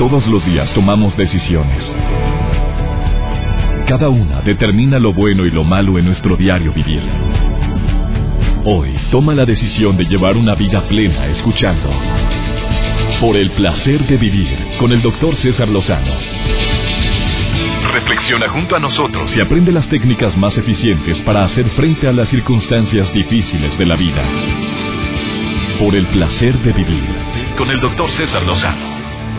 Todos los días tomamos decisiones. Cada una determina lo bueno y lo malo en nuestro diario vivir. Hoy, toma la decisión de llevar una vida plena escuchando Por el placer de vivir con el Dr. César Lozano. Reflexiona junto a nosotros y aprende las técnicas más eficientes para hacer frente a las circunstancias difíciles de la vida. Por el placer de vivir con el Dr. César Lozano.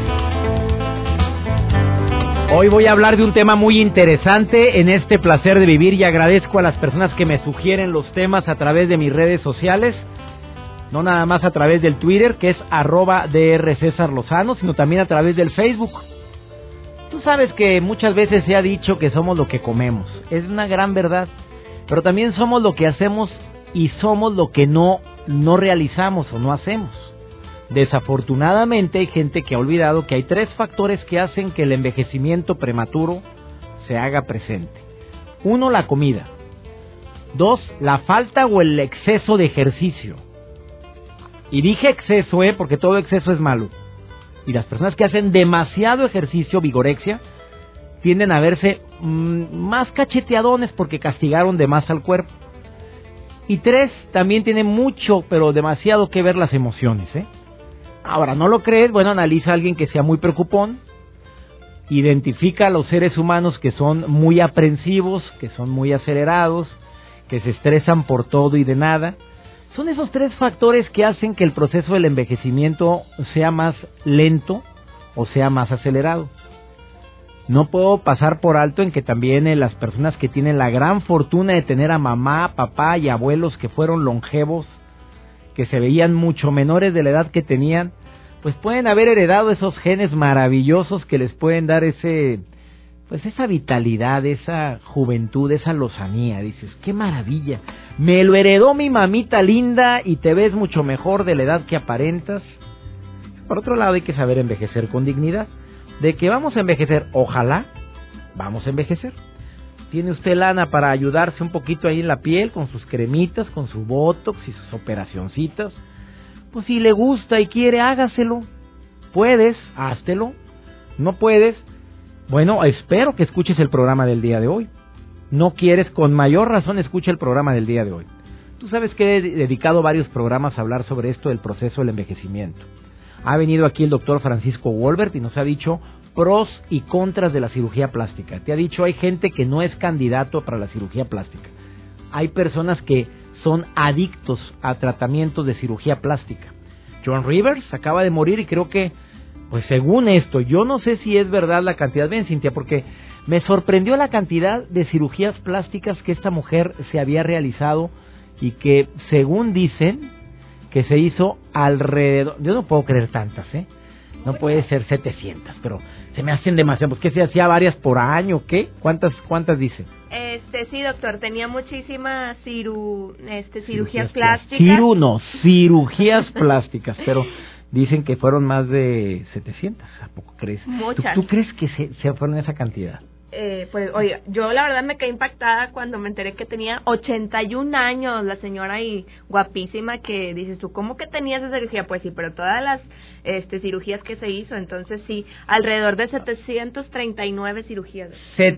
Hoy voy a hablar de un tema muy interesante en este placer de vivir y agradezco a las personas que me sugieren los temas a través de mis redes sociales. No nada más a través del Twitter, que es @Dr. César Lozano, sino también a través del Facebook. Tú sabes que muchas veces se ha dicho que somos lo que comemos. Es una gran verdad. Pero también somos lo que hacemos y somos lo que no realizamos o no hacemos. Desafortunadamente hay gente que ha olvidado que hay 3 factores que hacen que el envejecimiento prematuro se haga presente. 1, la comida. 2, la falta o el exceso de ejercicio. Y dije exceso, porque todo exceso es malo. Y las personas que hacen demasiado ejercicio, vigorexia, tienden a verse más cacheteadones porque castigaron de más al cuerpo. Y 3, también tiene mucho, pero demasiado que ver las emociones, Ahora, ¿no lo crees? Bueno, analiza a alguien que sea muy preocupón, identifica a los seres humanos que son muy aprensivos, que son muy acelerados, que se estresan por todo y de nada. Son esos 3 factores que hacen que el proceso del envejecimiento sea más lento o sea más acelerado. No puedo pasar por alto en que también las personas que tienen la gran fortuna de tener a mamá, papá y abuelos que fueron longevos, que se veían mucho menores de la edad que tenían, pues pueden haber heredado esos genes maravillosos que les pueden dar esa vitalidad, esa juventud, esa lozanía. Dices, qué maravilla, me lo heredó mi mamita linda y te ves mucho mejor de la edad que aparentas. Por otro lado, hay que saber envejecer con dignidad. De que vamos a envejecer, ojalá vamos a envejecer. ¿Tiene usted lana para ayudarse un poquito ahí en la piel con sus cremitas, con su botox y sus operacioncitas? Pues si le gusta y quiere, hágaselo. Puedes, háztelo. No puedes, bueno, espero que escuches el programa del día de hoy. No quieres, con mayor razón escucha el programa del día de hoy. Tú sabes que he dedicado varios programas a hablar sobre esto del proceso del envejecimiento. Ha venido aquí el doctor Francisco Wolbert y nos ha dicho pros y contras de la cirugía plástica. Te ha dicho, hay gente que no es candidato para la cirugía plástica. Hay personas que son adictos a tratamientos de cirugía plástica. John Rivers acaba de morir y creo que, pues según esto, yo no sé si es verdad la cantidad. Ven, Cintia, porque me sorprendió la cantidad de cirugías plásticas que esta mujer se había realizado y que, según dicen, que se hizo alrededor, yo no puedo creer tantas, no puede ser 700, pero se me hacen demasiado. Pues que se hacía varias por año, ¿qué? ¿Cuántas dice? Sí, doctor, tenía muchísimas cirugías plásticas. Cirugías plásticas, pero dicen que fueron más de 700, ¿a poco crees? Muchas. ¿Tú crees que se fueron esa cantidad? Pues, oye, yo la verdad me quedé impactada cuando me enteré que tenía 81 años la señora y guapísima, que dices tú, ¿cómo que tenía esa cirugía? Pues sí, pero todas las cirugías que se hizo, entonces sí, alrededor de 739 cirugías.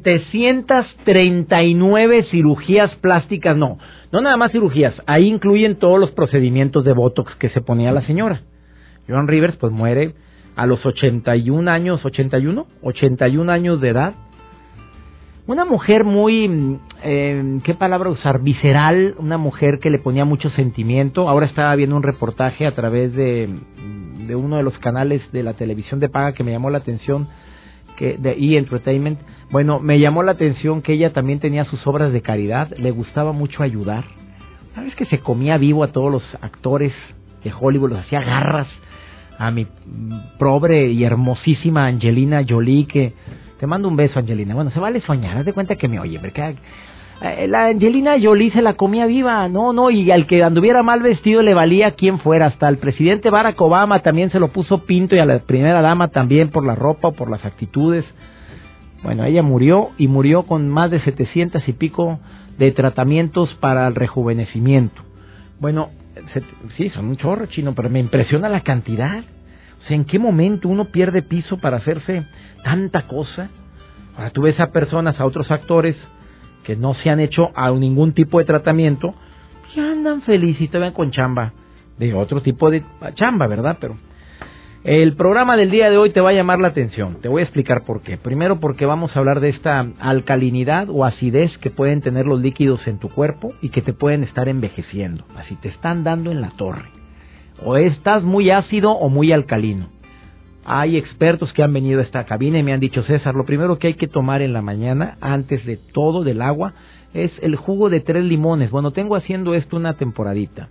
739 cirugías plásticas, no nada más cirugías, ahí incluyen todos los procedimientos de botox que se ponía la señora. Joan Rivers pues muere a los 81 años de edad. Una mujer muy, ¿qué palabra usar? Visceral, una mujer que le ponía mucho sentimiento. Ahora estaba viendo un reportaje a través de uno de los canales de la televisión de paga que me llamó la atención, de E! Bueno, me llamó la atención que ella también tenía sus obras de caridad, le gustaba mucho ayudar. ¿Sabes que se comía vivo a todos los actores de Hollywood, los hacía garras? A mi pobre y hermosísima Angelina Jolie, que te mando un beso, Angelina. Bueno, se vale soñar, haz de cuenta que me oye, porque la Angelina Jolie se la comía viva, y al que anduviera mal vestido le valía quien fuera, hasta el presidente Barack Obama también se lo puso pinto, y a la primera dama también, por la ropa o por las actitudes. Bueno, ella murió con más de 700 y pico de tratamientos para el rejuvenecimiento. Bueno, sí, son un chorro, Chino, pero me impresiona la cantidad. O sea, ¿en qué momento uno pierde piso para hacerse tanta cosa? Ahora tú ves a personas, a otros actores que no se han hecho a ningún tipo de tratamiento y andan felices y te ven con chamba de otro tipo de chamba, ¿verdad? Pero el programa del día de hoy te va a llamar la atención. Te voy a explicar por qué. Primero, porque vamos a hablar de esta alcalinidad o acidez que pueden tener los líquidos en tu cuerpo y que te pueden estar envejeciendo. Así te están dando en la torre. O estás muy ácido o muy alcalino. Hay expertos que han venido a esta cabina y me han dicho, César, lo primero que hay que tomar en la mañana, antes de todo del agua, es el jugo de 3 limones. Bueno, tengo haciendo esto una temporadita.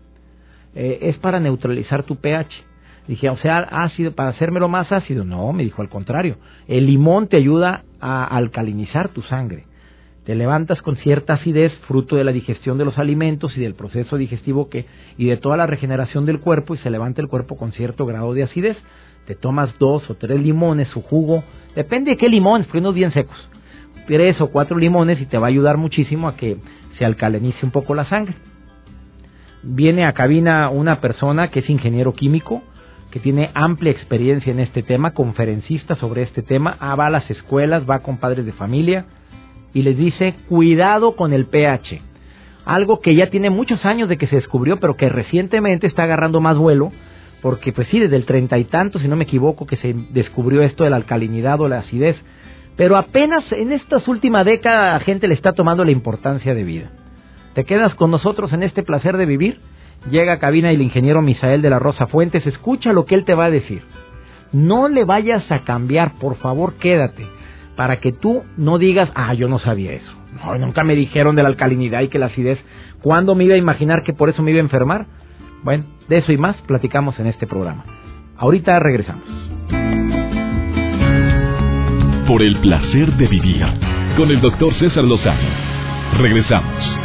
Es para neutralizar tu pH. Dije, o sea, ácido, para hacérmelo más ácido. No, me dijo, al contrario. El limón te ayuda a alcalinizar tu sangre. Te levantas con cierta acidez, fruto de la digestión de los alimentos y del proceso digestivo y de toda la regeneración del cuerpo, y se levanta el cuerpo con cierto grado de acidez. Te tomas 2 o 3 limones, su jugo, depende de qué limones, porque unos bien secos. 3 o 4 limones y te va a ayudar muchísimo a que se alcalinice un poco la sangre. Viene a cabina una persona que es ingeniero químico, que tiene amplia experiencia en este tema, conferencista sobre este tema, va a las escuelas, va con padres de familia y les dice, cuidado con el pH. Algo que ya tiene muchos años de que se descubrió, pero que recientemente está agarrando más vuelo, porque pues sí, desde el 30 y tanto, si no me equivoco, que se descubrió esto de la alcalinidad o la acidez, pero apenas en estas últimas décadas la gente le está tomando la importancia de vida. ¿Te quedas con nosotros en este placer de vivir? Llega a cabina el ingeniero Misael de la Rosa Fuentes, escucha lo que él te va a decir. No le vayas a cambiar, por favor, quédate, para que tú no digas, yo no sabía eso. No, nunca me dijeron de la alcalinidad y que la acidez. ¿Cuándo me iba a imaginar que por eso me iba a enfermar? Bueno, de eso y más platicamos en este programa. Ahorita regresamos. Por el placer de vivir, con el doctor César Lozano. Regresamos.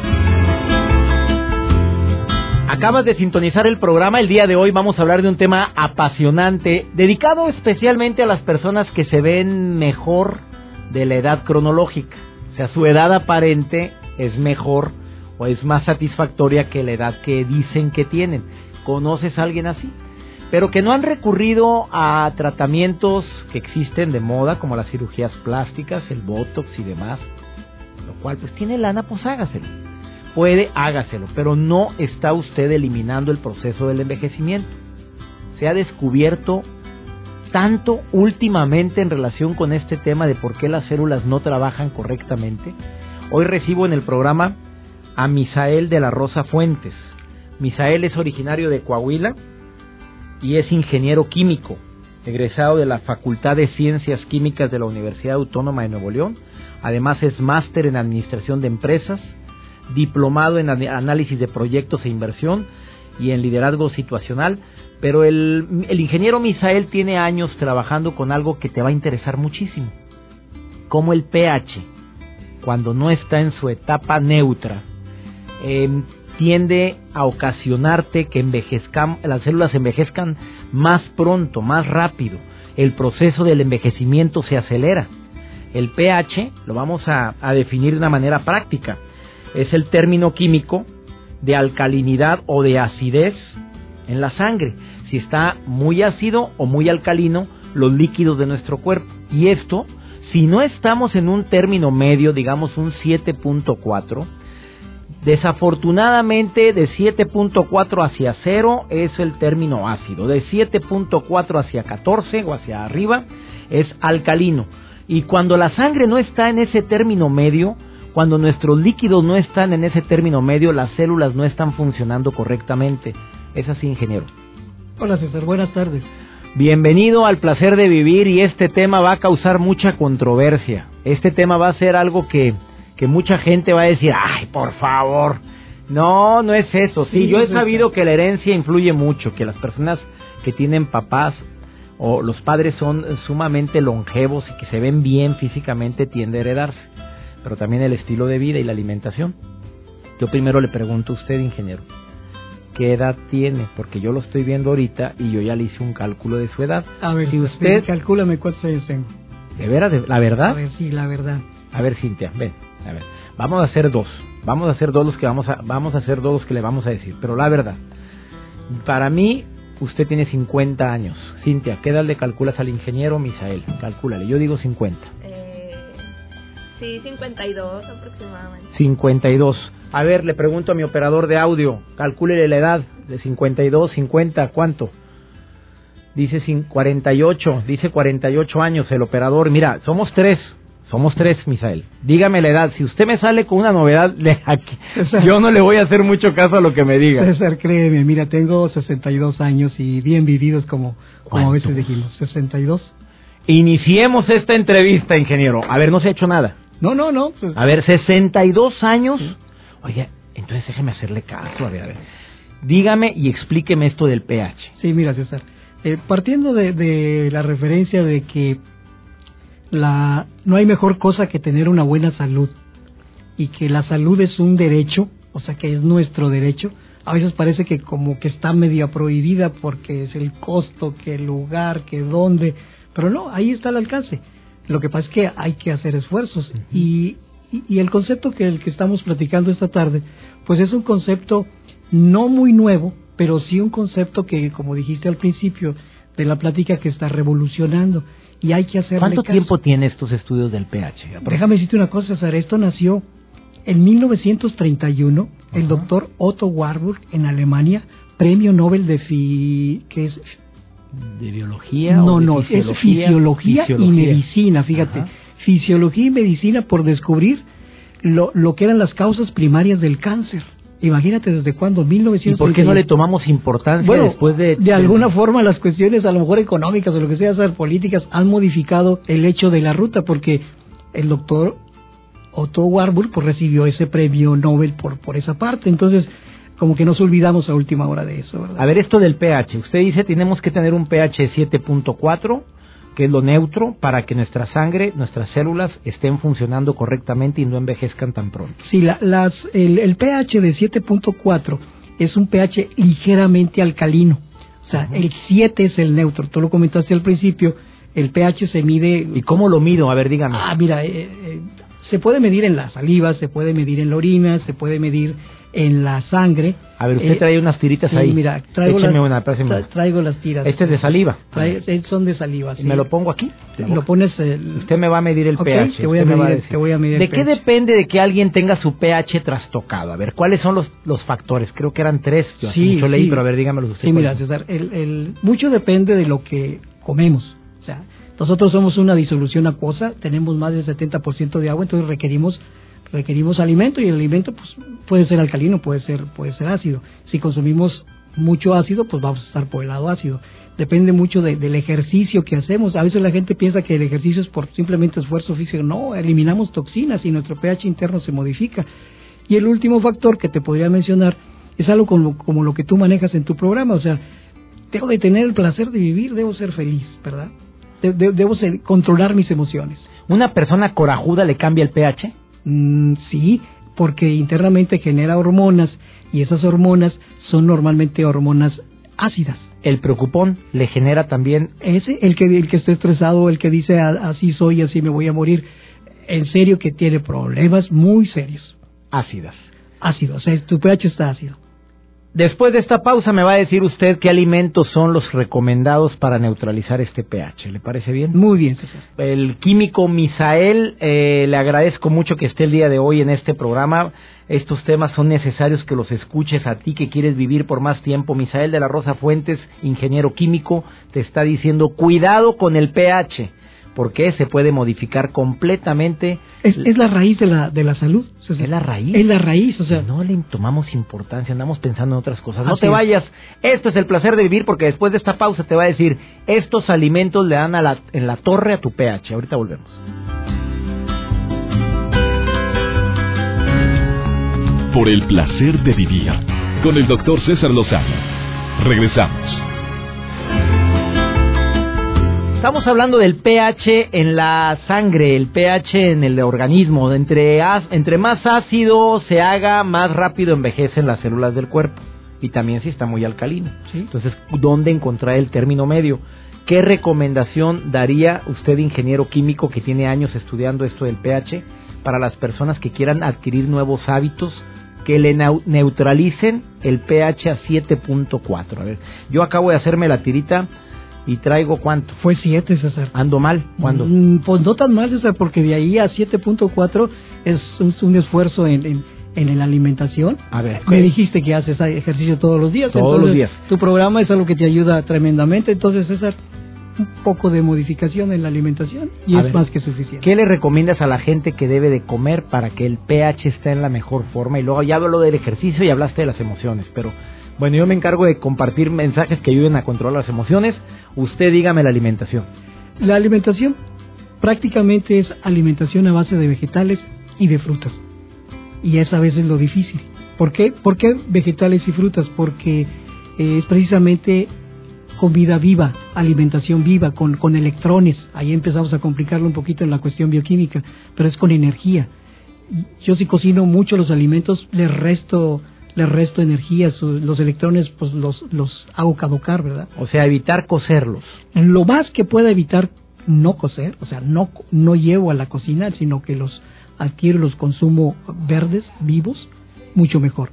Acabas de sintonizar el programa. El día de hoy vamos a hablar de un tema apasionante, dedicado especialmente a las personas que se ven mejor de la edad cronológica. O sea, su edad aparente es mejor o es más satisfactoria que la edad que dicen que tienen. ¿Conoces a alguien así? Pero que no han recurrido a tratamientos que existen de moda, como las cirugías plásticas, el botox y demás. Lo cual, pues tiene lana, pues hágaselo. Hágaselo, pero no está usted eliminando el proceso del envejecimiento. Se ha descubierto tanto últimamente en relación con este tema de por qué las células no trabajan correctamente. Hoy recibo en el programa a Misael de la Rosa Fuentes. Misael es originario de Coahuila y es ingeniero químico, egresado de la Facultad de Ciencias Químicas de la Universidad Autónoma de Nuevo León. Además es máster en Administración de Empresas, diplomado en análisis de proyectos e inversión y en liderazgo situacional. Pero el ingeniero Misael tiene años trabajando con algo que te va a interesar muchísimo, como el pH, cuando no está en su etapa neutra, tiende a ocasionarte que las células envejezcan más pronto, más rápido. El proceso del envejecimiento se acelera. El pH lo vamos a definir de una manera práctica. Es el término químico de alcalinidad o de acidez en la sangre. Si está muy ácido o muy alcalino los líquidos de nuestro cuerpo. Y esto, si no estamos en un término medio, digamos un 7.4, desafortunadamente de 7.4 hacia 0 es el término ácido. De 7.4 hacia 14 o hacia arriba es alcalino. Y cuando la sangre no está en ese término medio, cuando nuestros líquidos no están en ese término medio, las células no están funcionando correctamente. Es así, ingeniero. Hola, César, buenas tardes. Bienvenido al placer de vivir, y este tema va a causar mucha controversia. Este tema va a ser algo que mucha gente va a decir, ay, por favor. No, no es eso. Sí, yo he sabido que la herencia influye mucho, que las personas que tienen papás o los padres son sumamente longevos y que se ven bien físicamente tiende a heredarse. Pero también el estilo de vida y la alimentación. Yo primero le pregunto a usted, ingeniero, ¿qué edad tiene? Porque yo lo estoy viendo ahorita y yo ya le hice un cálculo de su edad. A ver, si usted... calcúlame cuántos años tengo. ¿De veras? ¿La verdad? A ver, sí, la verdad. A ver, Cintia, ven, a ver. Vamos a hacer dos. Vamos a hacer dos los que le vamos a decir. Pero la verdad, para mí, usted tiene 50 años. Cintia, ¿qué edad le calculas al ingeniero Misael? Calcúlale, yo digo 50. Sí, 52 aproximadamente. 52. A ver, le pregunto a mi operador de audio, calcúlele la edad de 52, 50, ¿cuánto? Dice 48, dice 48 años el operador. Mira, somos tres, Misael. Dígame la edad. Si usted me sale con una novedad, César, yo no le voy a hacer mucho caso a lo que me diga. César, créeme, mira, tengo 62 años y bien vividos como a veces dijimos, 62. Iniciemos esta entrevista, ingeniero. A ver, no se ha hecho nada. No. Pues, a ver, 62 años. Sí. Oye, entonces déjeme hacerle caso. A ver. Dígame y explíqueme esto del pH. Sí, mira, César. Partiendo de la referencia de que no hay mejor cosa que tener una buena salud y que la salud es un derecho, o sea que es nuestro derecho. A veces parece que como que está media prohibida porque es el costo, que el lugar, que dónde, pero no, ahí está al alcance. Lo que pasa es que hay que hacer esfuerzos y el concepto el que estamos platicando esta tarde, pues es un concepto no muy nuevo, pero sí un concepto que, como dijiste al principio de la plática, que está revolucionando y hay que hacerle ¿Cuánto caso. tiempo tiene estos estudios del pH? Déjame decirte una cosa, César, esto nació en 1931, el doctor Otto Warburg en Alemania, premio Nobel de ¿qué es? ¿De biología? No, es fisiología y medicina, fíjate, fisiología y medicina por descubrir lo que eran las causas primarias del cáncer. Imagínate desde cuándo, 1931. ¿Y por qué no le tomamos importancia después de...? De alguna forma las cuestiones, a lo mejor económicas o lo que sea, esas políticas, han modificado el hecho de la ruta, porque el doctor Otto Warburg pues recibió ese premio Nobel por esa parte. Entonces, como que nos olvidamos a última hora de eso, ¿verdad? A ver, esto del pH. Usted dice tenemos que tener un pH 7.4, que es lo neutro, para que nuestra sangre, nuestras células estén funcionando correctamente y no envejezcan tan pronto. Sí, el pH de 7.4 es un pH ligeramente alcalino. O sea, el 7 es el neutro. Tú lo comentaste al principio, el pH se mide... ¿Y cómo lo mido? A ver, dígame. Mira, se puede medir en la saliva, se puede medir en la orina, se puede medir en la sangre. A ver, usted trae unas tiritas ahí. Mira, traigo las tiras. Este es de saliva. Son de saliva, sí. ¿Me lo pongo aquí? Lo pones... Usted me va a medir el pH. Te voy a medir ¿De qué depende de que alguien tenga su pH trastocado? A ver, ¿cuáles son los factores? Creo que eran 3. Yo leí, pero a ver, dígamelos usted. Sí, mira, César, mucho depende de lo que comemos. O sea, nosotros somos una disolución acuosa, tenemos más del 70% de agua, entonces requerimos alimento, y el alimento pues puede ser alcalino, puede ser ácido. Si consumimos mucho ácido, pues vamos a estar por el lado ácido. Depende mucho del ejercicio que hacemos. A veces la gente piensa que el ejercicio es por simplemente esfuerzo físico. No, eliminamos toxinas y nuestro pH interno se modifica. Y el último factor que te podría mencionar es algo como lo que tú manejas en tu programa. O sea, debo de tener el placer de vivir, debo ser feliz, ¿verdad? Debo controlar mis emociones. ¿Una persona corajuda le cambia el pH? Sí, porque internamente genera hormonas, y esas hormonas son normalmente hormonas ácidas. ¿El preocupón le genera también? El que está estresado, el que dice así soy, así me voy a morir, en serio que tiene problemas muy serios. Ácidas. Ácido, o sea, tu pH está ácido. Después de esta pausa me va a decir usted qué alimentos son los recomendados para neutralizar este pH. ¿Le parece bien? Muy bien, César. El químico Misael, le agradezco mucho que esté el día de hoy en este programa. Estos temas son necesarios que los escuches a ti que quieres vivir por más tiempo. Misael de la Rosa Fuentes, ingeniero químico, te está diciendo cuidado con el pH, porque se puede modificar completamente. Es la raíz de la salud, César. ¿Es la raíz? Es la raíz, o sea. No le tomamos importancia, andamos pensando en otras cosas. No te vayas, esto es el placer de vivir, porque después de esta pausa te va a decir, estos alimentos le dan en la torre a tu pH. Ahorita volvemos. Por el placer de vivir, con el doctor César Lozano. Regresamos. Estamos hablando del pH en la sangre, el pH en el organismo. Entre más ácido se haga, más rápido envejecen las células del cuerpo. Y también si está muy alcalino. ¿Sí? Entonces, ¿dónde encontrar el término medio? ¿Qué recomendación daría usted, ingeniero químico, que tiene años estudiando esto del pH, para las personas que quieran adquirir nuevos hábitos que le neutralicen el pH a 7.4. A ver, yo acabo de hacerme la tirita y traigo ¿cuánto? Fue 7, César. ¿Ando mal? ¿Cuándo? Pues no tan mal, César, porque de ahí a 7.4 es un esfuerzo en la alimentación. A ver, me dijiste que haces ejercicio todos los días. Todos los días. Tu programa es algo que te ayuda tremendamente. Entonces, César, un poco de modificación en la alimentación y es más que suficiente. ¿Qué le recomiendas a la gente que debe de comer para que el pH esté en la mejor forma? Y luego ya hablo del ejercicio y hablaste de las emociones, pero bueno, yo me encargo de compartir mensajes que ayuden a controlar las emociones. Usted dígame la alimentación. La alimentación prácticamente es alimentación a base de vegetales y de frutas. Y es a veces lo difícil. ¿Por qué? ¿Por qué vegetales y frutas? Porque es precisamente comida viva, alimentación viva, con electrones. Ahí empezamos a complicarlo un poquito en la cuestión bioquímica, pero es con energía. Yo si cocino mucho los alimentos, les resto energía. Los electrones pues los hago caducar, ¿verdad? O sea, evitar cocerlos. Lo más que pueda evitar no cocer, o sea, no llevo a la cocina, sino que los adquiero, los consumo verdes, vivos, mucho mejor.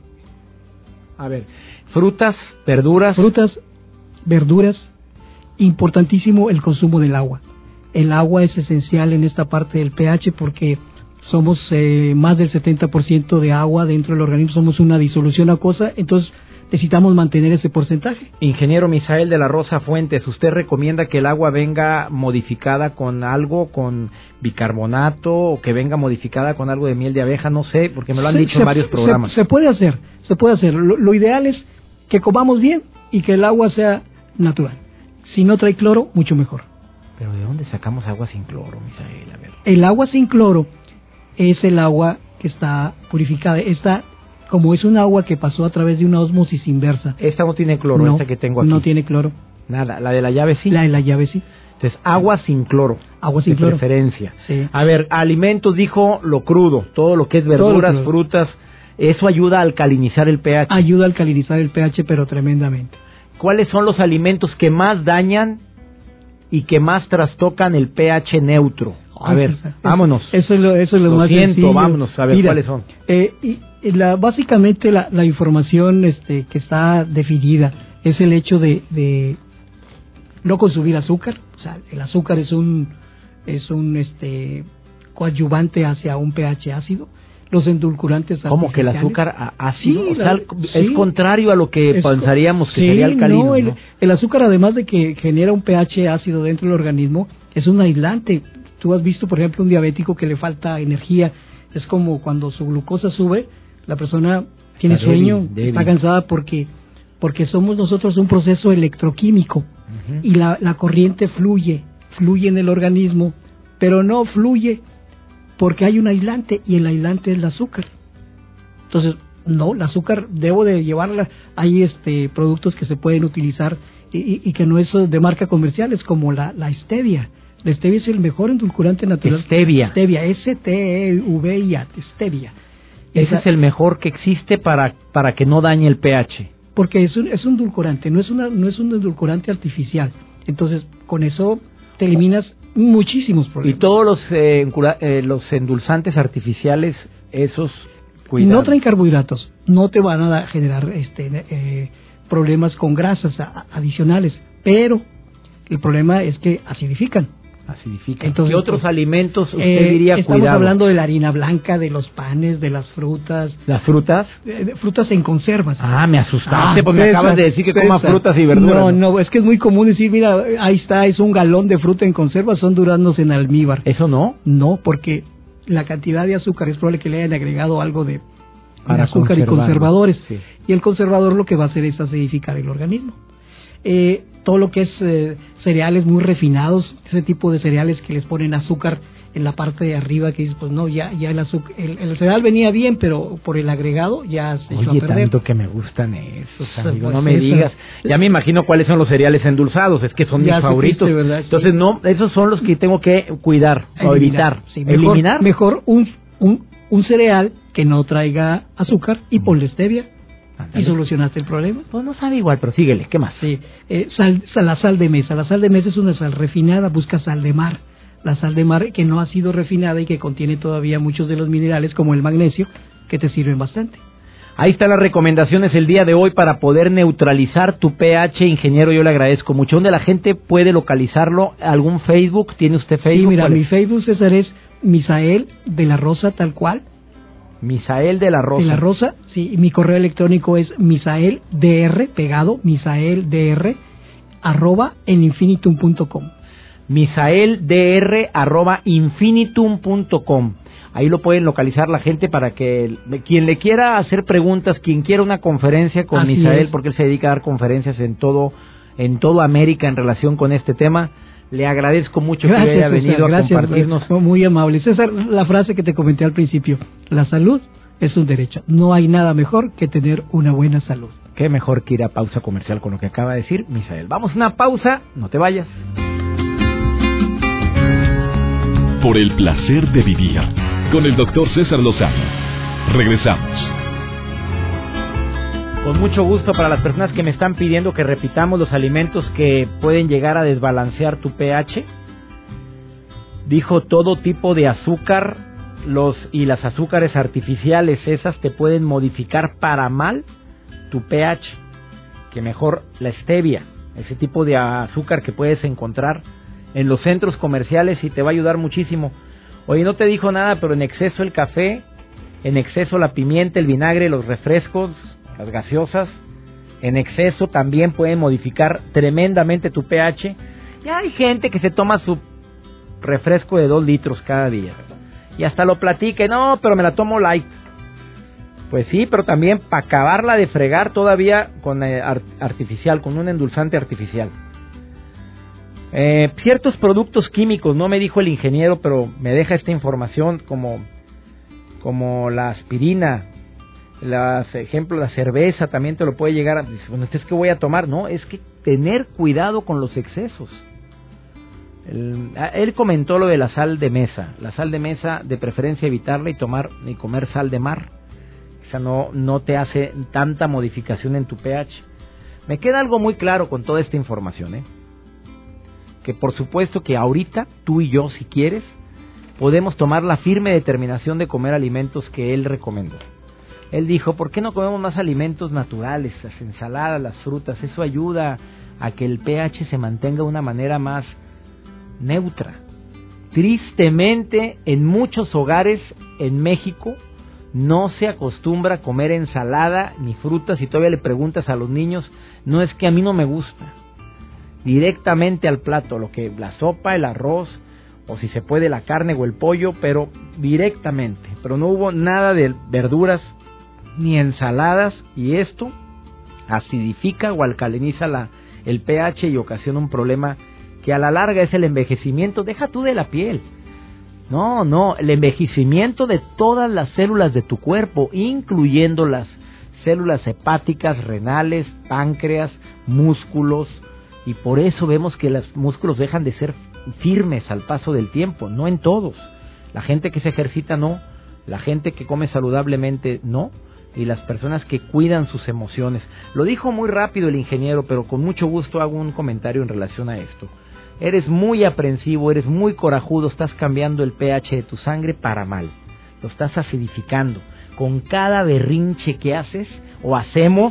A ver, frutas, verduras. Frutas, verduras, importantísimo el consumo del agua. El agua es esencial en esta parte del pH porque somos más del 70% de agua dentro del organismo, somos una disolución acuosa, entonces necesitamos mantener ese porcentaje. Ingeniero Misael de la Rosa Fuentes, ¿usted recomienda que el agua venga modificada con algo, con bicarbonato, o que venga modificada con algo de miel de abeja? No sé, porque me lo han dicho en varios programas. Se puede hacer. Lo ideal es que comamos bien y que el agua sea natural. Si no trae cloro, mucho mejor. ¿Pero de dónde sacamos agua sin cloro, Misael? A ver. El agua sin cloro es el agua que está purificada. Como es un agua que pasó a través de una ósmosis inversa. Esta no tiene cloro, no, esta que tengo aquí. No tiene cloro. Nada, la de la llave sí. La de la llave sí. Entonces, agua sin cloro. Agua sin cloro. De preferencia. Sí. A ver, alimentos, dijo lo crudo, todo lo que es verduras, frutas, eso ayuda a alcalinizar el pH. Ayuda a alcalinizar el pH, pero tremendamente. ¿Cuáles son los alimentos que más dañan y que más trastocan el pH neutro? A ver, vámonos. Eso es lo más sencillo. Vámonos, a ver. Mira, ¿cuáles son? Básicamente la información que está definida es el hecho de no consumir azúcar. O sea, el azúcar es un coadyuvante hacia un pH ácido. Los endulcorantes artificiales. ¿Cómo que el azúcar ácido? Sí, o sea, es contrario a lo que pensaríamos que sería alcalino. No, el azúcar, además de que genera un pH ácido dentro del organismo, es un aislante. Tú has visto, por ejemplo, un diabético que le falta energía. Es como cuando su glucosa sube, la persona tiene está sueño, débil. Está cansada porque somos nosotros un proceso electroquímico. Uh-huh. Y la corriente fluye en el organismo, pero no fluye porque hay un aislante, y el aislante es el azúcar. Entonces, no, el azúcar debo de llevarla. Hay productos que se pueden utilizar y que no es de marca comercial, es como la stevia. La stevia es el mejor endulcorante natural. Stevia, STEVIA, stevia. Ese es el mejor que existe para que no dañe el pH. Porque es un endulcorante, no es un endulcorante artificial. Entonces, con eso te eliminas muchísimos problemas. Y todos los endulzantes artificiales, esos, cuidado. No traen carbohidratos, no te van a generar problemas con grasas adicionales, pero el problema es que acidifican. Entonces, ¿qué otros alimentos usted diría estamos cuidado? Hablando de la harina blanca, de los panes, de las frutas. ¿Las frutas? Frutas en conservas. Me asustaste porque me acabas de decir que coma frutas y verduras. No, es que es muy común decir, mira, ahí está, es un galón de fruta en conserva, son duraznos en almíbar. ¿Eso no? No, porque la cantidad de azúcar es probable que le hayan agregado algo de azúcar y conservadores. Sí. Y el conservador lo que va a hacer es acidificar el organismo. Todo lo que es cereales muy refinados, ese tipo de cereales que les ponen azúcar en la parte de arriba, que dices, pues no, ya el azúcar, el cereal venía bien, pero por el agregado ya se echó a perder. Oye, tanto que me gustan esos, amigo, pues no me digas. Ya me imagino cuáles son los cereales endulzados, es que son mis favoritos. ¿Verdad? Entonces, no, esos son los que tengo que cuidar o evitar. Sí, mejor un cereal que no traiga azúcar y ponle stevia. ¿Y solucionaste el problema? Pues no sabe igual, pero síguele, ¿qué más? Sí, la sal de mesa. La sal de mesa es una sal refinada, busca sal de mar. La sal de mar que no ha sido refinada y que contiene todavía muchos de los minerales, como el magnesio, que te sirven bastante. Ahí están las recomendaciones el día de hoy para poder neutralizar tu pH, ingeniero. Yo le agradezco mucho. ¿Dónde la gente puede localizarlo? ¿Algún Facebook? ¿Tiene usted Facebook? Sí, mira, mi Facebook, César, es Misael de la Rosa, tal cual. Misael de la Rosa. De la Rosa, sí. Mi correo electrónico es misaeldr, pegado, misaeldr, @infinitum.com. misaeldr, @infinitum.com. Ahí lo pueden localizar la gente para que quien le quiera hacer preguntas, quien quiera una conferencia con Así Misael, es. porque él se dedica a dar conferencias en todo América en relación con este tema. Le agradezco mucho que haya venido a compartirnos. César, muy amable. César, la frase que te comenté al principio, la salud es un derecho. No hay nada mejor que tener una buena salud. Qué mejor que ir a pausa comercial con lo que acaba de decir Misael. Vamos a una pausa, no te vayas. Por el placer de vivir, con el doctor César Lozano. Regresamos. Con mucho gusto para las personas que me están pidiendo que repitamos los alimentos que pueden llegar a desbalancear tu pH. Dijo todo tipo de azúcar, y las azúcares artificiales, esas te pueden modificar para mal tu pH. Que mejor la stevia, ese tipo de azúcar que puedes encontrar en los centros comerciales y te va a ayudar muchísimo. Oye, no te dijo nada, pero en exceso el café, en exceso la pimienta, el vinagre, los refrescos, las gaseosas, en exceso también pueden modificar tremendamente tu pH. Ya hay gente que se toma su refresco de 2 litros cada día y hasta lo platica, no, pero me la tomo light. Pues sí, pero también para acabarla de fregar todavía con artificial, con un endulzante artificial. Ciertos productos químicos, no me dijo el ingeniero, pero me deja esta información, como la aspirina, ejemplo, la cerveza también te lo puede llegar a... Bueno, ¿es que voy a tomar? No, es que tener cuidado con los excesos. Él comentó lo de la sal de mesa. La sal de mesa, de preferencia evitarla y comer sal de mar. O sea, no te hace tanta modificación en tu pH. Me queda algo muy claro con toda esta información, que por supuesto que ahorita, tú y yo, si quieres, podemos tomar la firme determinación de comer alimentos que él recomendó. Él dijo, ¿por qué no comemos más alimentos naturales, las ensaladas, las frutas? Eso ayuda a que el pH se mantenga de una manera más neutra. Tristemente, en muchos hogares en México no se acostumbra a comer ensalada ni frutas, y todavía le preguntas a los niños, no es que a mí no me gusta. Directamente al plato, la sopa, el arroz, o si se puede la carne o el pollo, pero directamente. Pero no hubo nada de verduras ni ensaladas, y esto acidifica o alcaliniza el pH y ocasiona un problema que a la larga es el envejecimiento. Deja tú de la piel. No, el envejecimiento de todas las células de tu cuerpo, incluyendo las células hepáticas, renales, páncreas, músculos, y por eso vemos que los músculos dejan de ser firmes al paso del tiempo, no en todos. La gente que se ejercita no, la gente que come saludablemente no, y las personas que cuidan sus emociones. Lo dijo muy rápido el ingeniero, pero con mucho gusto hago un comentario en relación a esto. Eres muy aprensivo, eres muy corajudo, estás cambiando el pH de tu sangre para mal, lo estás acidificando. Con cada berrinche que haces o hacemos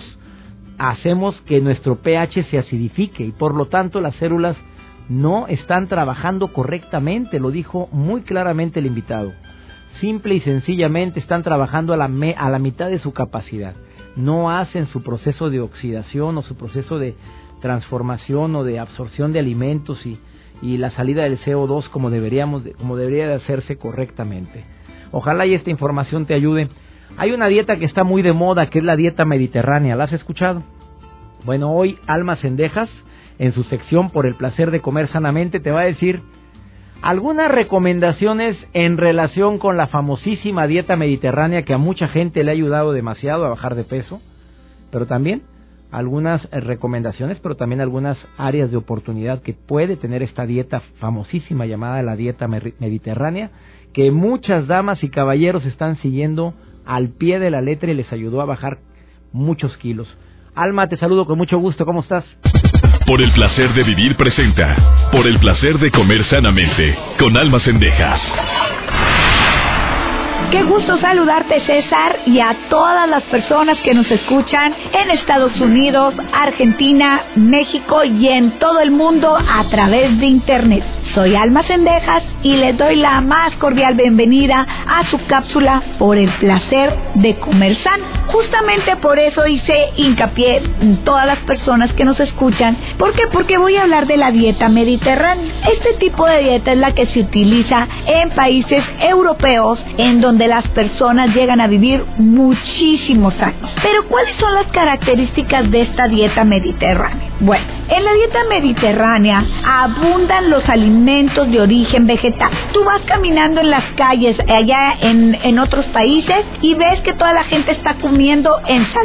que nuestro pH se acidifique, y por lo tanto las células no están trabajando correctamente. Lo dijo muy claramente el invitado. Simple y sencillamente están trabajando a la mitad de su capacidad. No hacen su proceso de oxidación o su proceso de transformación o de absorción de alimentos y la salida del CO2 como debería de hacerse correctamente. Ojalá y esta información te ayude. Hay una dieta que está muy de moda, que es la dieta mediterránea. ¿La has escuchado? Bueno, hoy Alma Cendejas, en su sección Por el placer de comer sanamente, te va a decir algunas recomendaciones en relación con la famosísima dieta mediterránea, que a mucha gente le ha ayudado demasiado a bajar de peso, pero también algunas recomendaciones, pero también algunas áreas de oportunidad que puede tener esta dieta famosísima llamada la dieta mediterránea, que muchas damas y caballeros están siguiendo al pie de la letra y les ayudó a bajar muchos kilos. Alma, te saludo con mucho gusto, ¿cómo estás? Por el placer de vivir presenta Por el placer de comer sanamente con Alma Cendejas. Qué gusto saludarte, César, y a todas las personas que nos escuchan en Estados Unidos, Argentina, México y en todo el mundo a través de Internet. Soy Alma Cendejas y les doy la más cordial bienvenida a su cápsula Por el placer de comer sano. Justamente por eso hice hincapié en todas las personas que nos escuchan. ¿Por qué? Porque voy a hablar de la dieta mediterránea. Este tipo de dieta es la que se utiliza en países europeos en donde las personas llegan a vivir muchísimos años. Pero ¿cuáles son las características de esta dieta mediterránea? Bueno, en la dieta mediterránea abundan los alimentos de origen vegetal. Tú vas caminando en las calles allá en otros países y ves que toda la gente está comiendo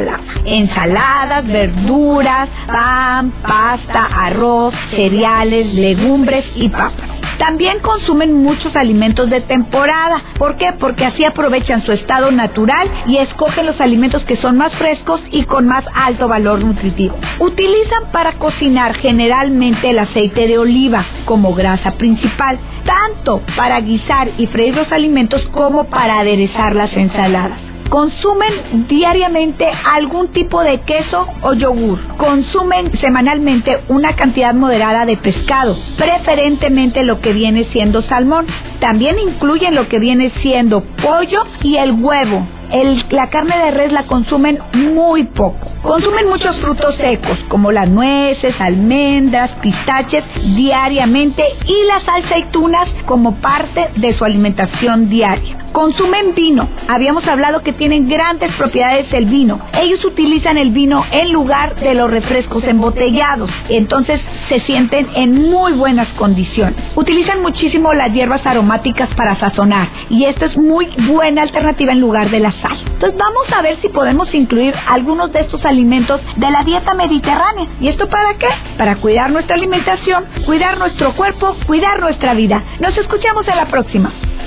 ensaladas, verduras, pan, pasta, arroz, cereales, legumbres y papas. También consumen muchos alimentos de temporada. ¿Por qué? Porque así aprovechan su estado natural y escogen los alimentos que son más frescos y con más alto valor nutritivo. Utilizan para cocinar generalmente el aceite de oliva como grasa principal, tanto para guisar y freír los alimentos como para aderezar las ensaladas. Consumen diariamente algún tipo de queso o yogur. Consumen semanalmente una cantidad moderada de pescado, preferentemente lo que viene siendo salmón. También incluyen lo que viene siendo pollo y el huevo. La carne de res la consumen muy poco. Consumen muchos frutos secos, como las nueces, almendras, pistaches, diariamente, y las aceitunas como parte de su alimentación diaria. Consumen vino. Habíamos hablado que tienen grandes propiedades el vino. Ellos utilizan el vino en lugar de los refrescos embotellados. Entonces se sienten en muy buenas condiciones. Utilizan muchísimo las hierbas aromáticas para sazonar, y esto es muy buena alternativa en lugar de la sal. Entonces vamos a ver si podemos incluir algunos de estos alimentos de la dieta mediterránea. ¿Y esto para qué? Para cuidar nuestra alimentación, cuidar nuestro cuerpo, cuidar nuestra vida. Nos escuchamos en la próxima.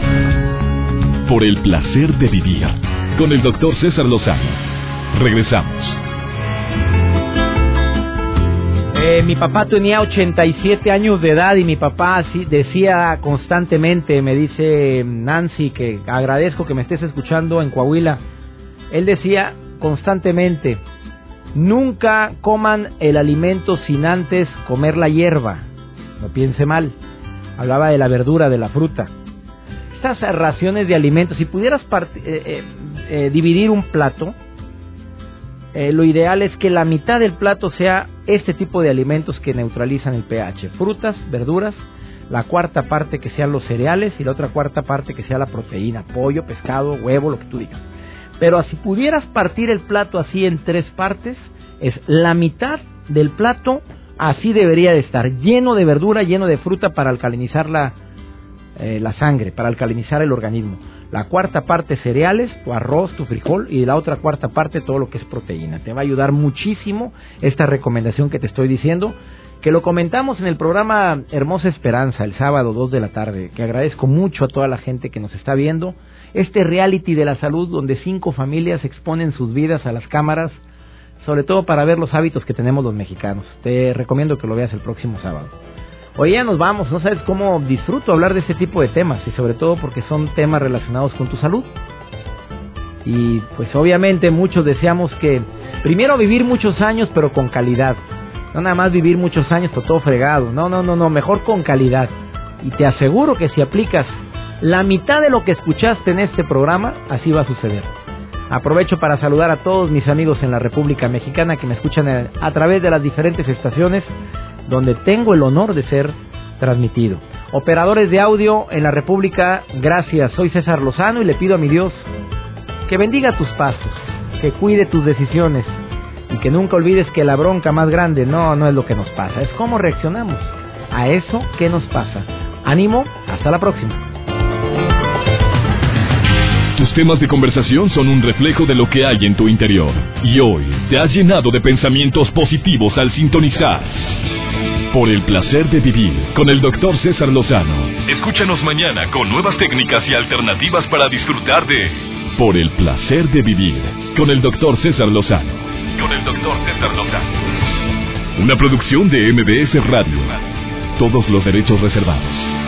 Por el placer de vivir, con el Dr. César Lozano. Regresamos. Mi papá tenía 87 años de edad y mi papá decía constantemente, me dice Nancy, que agradezco que me estés escuchando en Coahuila. Él decía constantemente: nunca coman el alimento sin antes comer la hierba. No piense mal. Hablaba de la verdura, de la fruta. Estas raciones de alimentos, si pudieras dividir un plato, lo ideal es que la mitad del plato sea este tipo de alimentos que neutralizan el pH: frutas, verduras, la cuarta parte que sean los cereales y la otra cuarta parte que sea la proteína: pollo, pescado, huevo, lo que tú digas. Pero si pudieras partir el plato así en 3 partes, es la mitad del plato así debería de estar, lleno de verdura, lleno de fruta para alcalinizar la sangre, para alcalinizar el organismo. La cuarta parte cereales, tu arroz, tu frijol, y la otra cuarta parte todo lo que es proteína. Te va a ayudar muchísimo esta recomendación que te estoy diciendo, que lo comentamos en el programa Hermosa Esperanza el sábado 2 de la tarde, que agradezco mucho a toda la gente que nos está viendo. Este reality de la salud donde 5 familias exponen sus vidas a las cámaras, sobre todo para ver los hábitos que tenemos los mexicanos. Te recomiendo que lo veas el próximo sábado. Hoy ya nos vamos, no sabes cómo disfruto hablar de este tipo de temas, y sobre todo porque son temas relacionados con tu salud. Y pues obviamente muchos deseamos que primero vivir muchos años pero con calidad. No nada más vivir muchos años pero todo fregado. No, mejor con calidad. Y te aseguro que si aplicas la mitad de lo que escuchaste en este programa, así va a suceder. Aprovecho para saludar a todos mis amigos en la República Mexicana que me escuchan a través de las diferentes estaciones donde tengo el honor de ser transmitido. Operadores de audio en la República, gracias. Soy César Lozano y le pido a mi Dios que bendiga tus pasos, que cuide tus decisiones y que nunca olvides que la bronca más grande no es lo que nos pasa, es cómo reaccionamos a eso que nos pasa. Ánimo, hasta la próxima. Tus temas de conversación son un reflejo de lo que hay en tu interior. Y hoy te has llenado de pensamientos positivos al sintonizar Por el placer de vivir con el Dr. César Lozano. Escúchanos mañana con nuevas técnicas y alternativas para disfrutar de Por el placer de vivir con el Dr. César Lozano. Una producción de MBS Radio. Todos los derechos reservados.